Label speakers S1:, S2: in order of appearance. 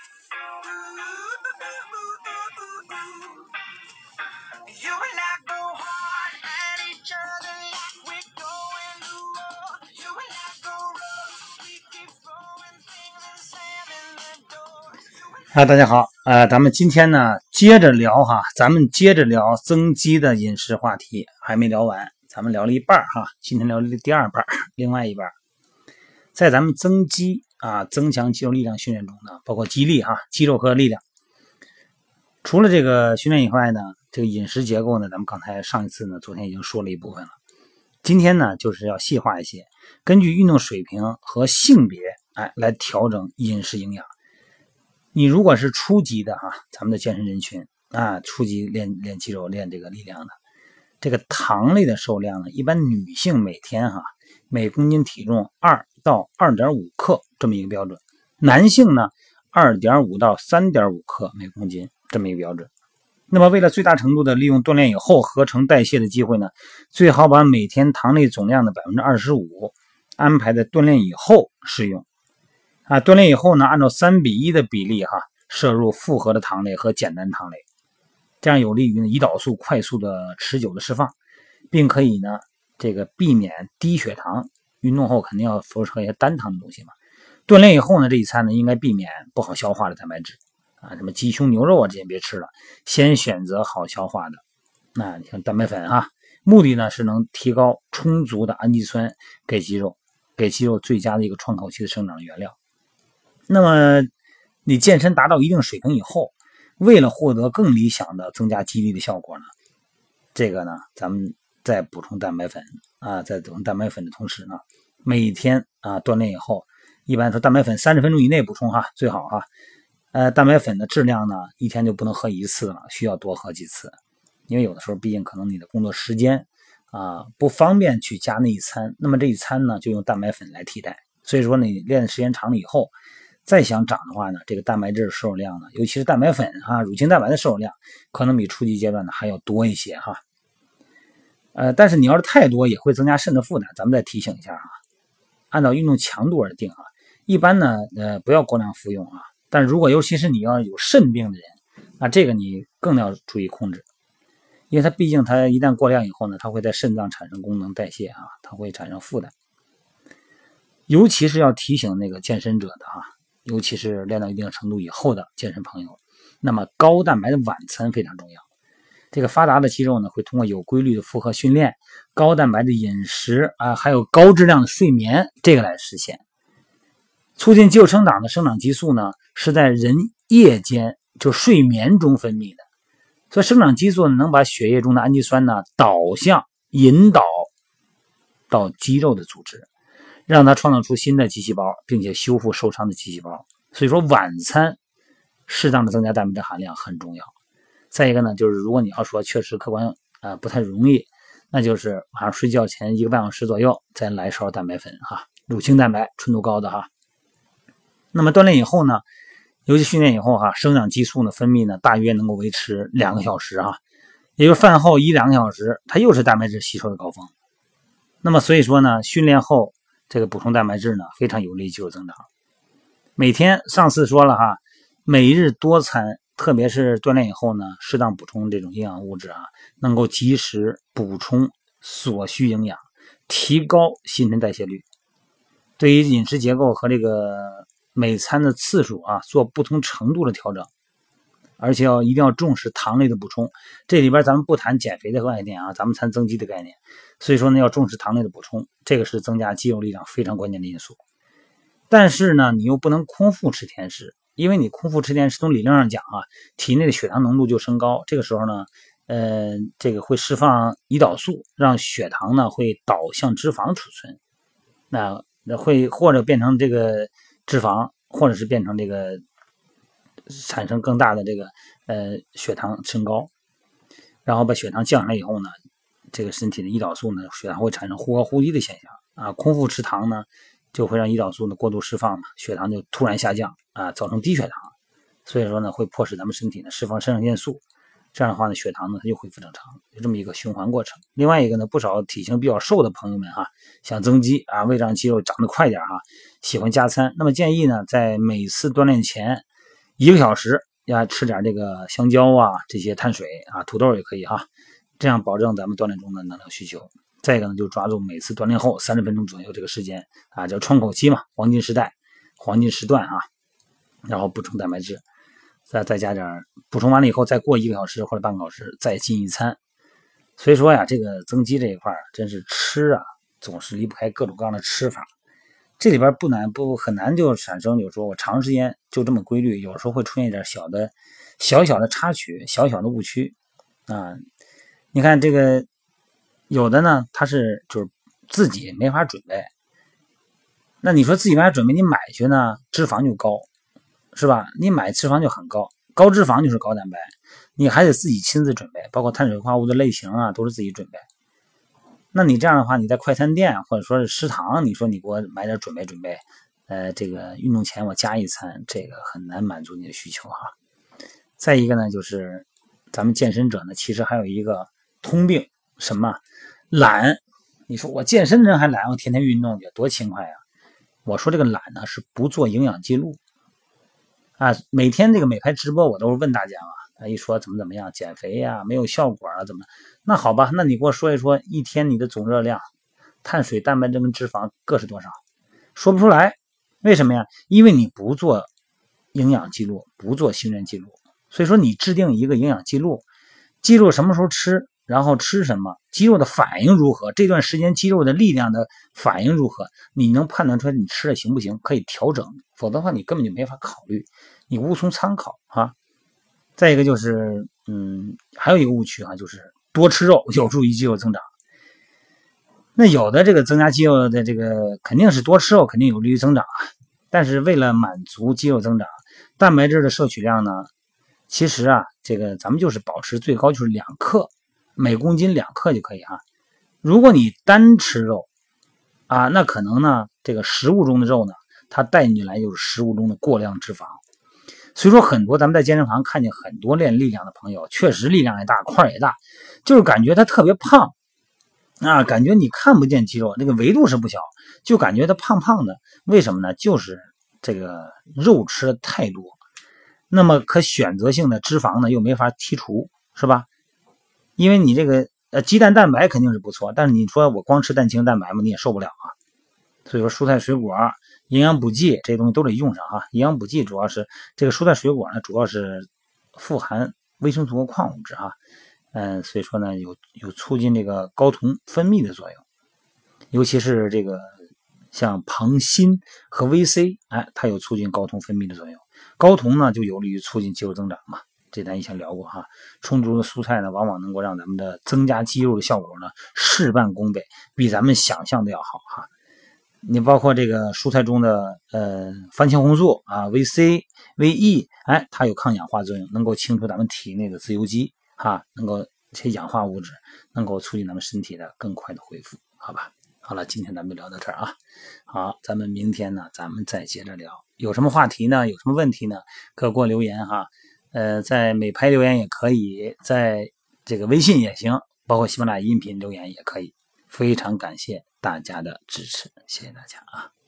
S1: 大家好，咱们今天呢接着聊哈，咱们接着聊增肌的饮食话题，还没聊完，咱们聊了一半哈，今天聊了第二半，另外一半，在咱们增肌增强肌肉力量训练中呢，包括肌力哈，肌肉和力量。除了这个训练以外呢，这个饮食结构呢，咱们刚才上一次呢，昨天已经说了一部分了。今天呢，就是要细化一些，根据运动水平和性别来调整饮食营养。你如果是初级的咱们的健身人群初级练肌肉练这个力量的，这个糖类的受量呢，一般女性每天每公斤体重2到2.5克这么一个标准，男性呢2.5到3.5克每公斤这么一个标准。那么为了最大程度的利用锻炼以后合成代谢的机会呢，最好把每天糖类总量的 25% 安排在锻炼以后使用。锻炼以后呢，按照3:1的比例摄入复合的糖类和简单糖类，这样有利于胰岛素快速的持久的释放，并可以呢这个避免低血糖。运动后肯定要服食一些单糖的东西嘛。锻炼以后呢，这一餐呢应该避免不好消化的蛋白质什么鸡胸牛肉这些别吃了，先选择好消化的。你像蛋白粉目的呢是能提高充足的氨基酸给肌肉最佳的一个创口期的生长的原料。那么你健身达到一定水平以后，为了获得更理想的增加肌力的效果呢，这个呢咱们再补充蛋白粉在补充蛋白粉的同时呢，每天锻炼以后，一般说蛋白粉30分钟以内补充最好蛋白粉的质量呢，一天就不能喝一次了，需要多喝几次，因为有的时候毕竟可能你的工作时间不方便去加那一餐，那么这一餐呢就用蛋白粉来替代。所以说你练的时间长了以后，再想长的话呢，这个蛋白质摄入量呢，尤其是蛋白粉乳清蛋白的摄入量，可能比初级阶段呢还要多一些但是你要是太多也会增加肾的负担，咱们再提醒一下按照运动强度而定一般呢不要过量服用但是如果尤其是你要有肾病的人这个你更要注意控制，因为它毕竟它一旦过量以后呢，它会在肾脏产生功能代谢它会产生负担。尤其是要提醒那个健身者的尤其是练到一定程度以后的健身朋友，那么高蛋白的晚餐非常重要。这个发达的肌肉呢，会通过有规律的负荷训练、高蛋白的饮食还有高质量的睡眠，这个来实现。促进肌肉生长的生长激素呢，是在人夜间就睡眠中分泌的，所以生长激素能把血液中的氨基酸呢引导到肌肉的组织，让它创造出新的肌细胞，并且修复受伤的肌细胞。所以说晚餐适当的增加蛋白质含量很重要。再一个呢，就是如果你要说确实客观不太容易，那就是晚上睡觉前1个半小时左右再来勺蛋白粉乳清蛋白纯度高的那么锻炼以后呢，尤其训练以后生长激素呢分泌呢大约能够维持2个小时也就是饭后1-2个小时，它又是蛋白质吸收的高峰。那么所以说呢，训练后这个补充蛋白质呢非常有利于肌肉增长。每天上次说了每日多餐，特别是锻炼以后呢，适当补充这种营养物质能够及时补充所需营养，提高新陈代谢率。对于饮食结构和这个每餐的次数做不同程度的调整，而且一定要重视糖类的补充。这里边咱们不谈减肥的概念咱们谈增肌的概念。所以说呢，要重视糖类的补充，这个是增加肌肉力量非常关键的因素。但是呢，你又不能空腹吃甜食，因为你空腹吃甜食，从理论上讲体内的血糖浓度就升高，这个时候呢这个会释放胰岛素，让血糖呢会导向脂肪储存，那会或者变成这个脂肪，或者是变成这个产生更大的这个血糖升高，然后把血糖降下来以后呢，这个身体的胰岛素呢血糖会产生忽高忽低的现象空腹吃糖呢就会让胰岛素的过度释放血糖就突然下降造成低血糖。所以说呢，会迫使咱们身体呢释放肾上腺素，这样的话呢，血糖呢它就恢复正常，就这么一个循环过程。另外一个呢，不少体型比较瘦的朋友们想增肌为了让肌肉长得快点喜欢加餐，那么建议呢，在每次锻炼前 1个小时要吃点这个香蕉啊，这些碳水啊，土豆也可以哈，这样保证咱们锻炼中的能量需求。再一个呢，就抓住每次锻炼后30分钟左右这个时间啊，叫窗口期嘛，黄金时代、黄金时段啊，然后补充蛋白质，再加点补充完了以后，再过1个小时或者半个小时再进一餐。所以说呀，这个增肌这一块真是吃啊，总是离不开各种各样的吃法。这里边很难就产生，有时候我长时间就这么规律，有时候会出现一点小小的插曲、小小的误区啊。你看这个有的呢，他就是自己没法准备。那你说自己没法准备，你买去呢，脂肪就高，是吧？你买脂肪就很高，高脂肪就是高蛋白，你还得自己亲自准备，包括碳水化合物的类型啊，都是自己准备。那你这样的话，你在快餐店或者说是食堂，你说你给我买点准备，这个运动前我加一餐，这个很难满足你的需求哈。再一个呢，就是咱们健身者呢，其实还有一个通病，什么？懒。你说我健身人还懒，我天天运动去，多勤快啊！我说这个懒呢，是不做营养记录啊。每天这个每排直播，我都是问大家嘛，一说怎么样减肥呀，没有效果啊，怎么？那好吧，那你给我说一说，一天你的总热量，碳水、蛋白质跟脂肪各是多少？说不出来，为什么呀？因为你不做营养记录，不做训练记录，所以说你制定一个营养记录，记录什么时候吃，然后吃什么，肌肉的反应如何，这段时间肌肉的力量的反应如何，你能判断出来你吃的行不行，可以调整，否则的话你根本就没法考虑，你无从参考啊。再一个就是，还有一个误区啊，就是多吃肉有助于肌肉增长。那有的这个增加肌肉的这个肯定是多吃肉，肯定有利于增长啊。但是为了满足肌肉增长，蛋白质的摄取量呢，其实啊，这个咱们就是保持最高就是2克，每公斤2克就可以啊。如果你单吃肉啊，那可能呢，这个食物中的肉呢，它带进来就是食物中的过量脂肪。所以说很多咱们在健身房看见很多练力量的朋友，确实力量也大，块也大，就是感觉他特别胖啊，感觉你看不见肌肉，那个维度是不小，就感觉他胖胖的。为什么呢？就是这个肉吃的太多，那么可选择性的脂肪呢又没法剔除，是吧？因为你这个鸡蛋蛋白肯定是不错，但是你说我光吃蛋清蛋白嘛，你也受不了啊。所以说蔬菜水果、营养补剂这些东西都得用上啊。营养补剂主要是这个蔬菜水果呢，主要是富含维生素和矿物质啊。所以说呢，有促进这个睾酮分泌的作用，尤其是这个像旁锌和 VC， 它有促进睾酮分泌的作用。睾酮呢，就有利于促进肌肉增长嘛。这咱以前聊过哈。充足的蔬菜呢，往往能够让咱们的增加肌肉的效果呢事半功倍，比咱们想象的要好哈。你包括这个蔬菜中的番茄红素啊、VC、VE， 它有抗氧化作用，能够清除咱们体内的自由基能够这些氧化物质，能够促进咱们身体的更快的恢复，好吧？好了，今天咱们就聊到这儿啊。好，咱们明天呢，咱们再接着聊。有什么话题呢？有什么问题呢？可给我留言哈。在美拍留言也可以，在这个微信也行，包括喜马拉雅音频留言也可以。非常感谢大家的支持，谢谢大家啊。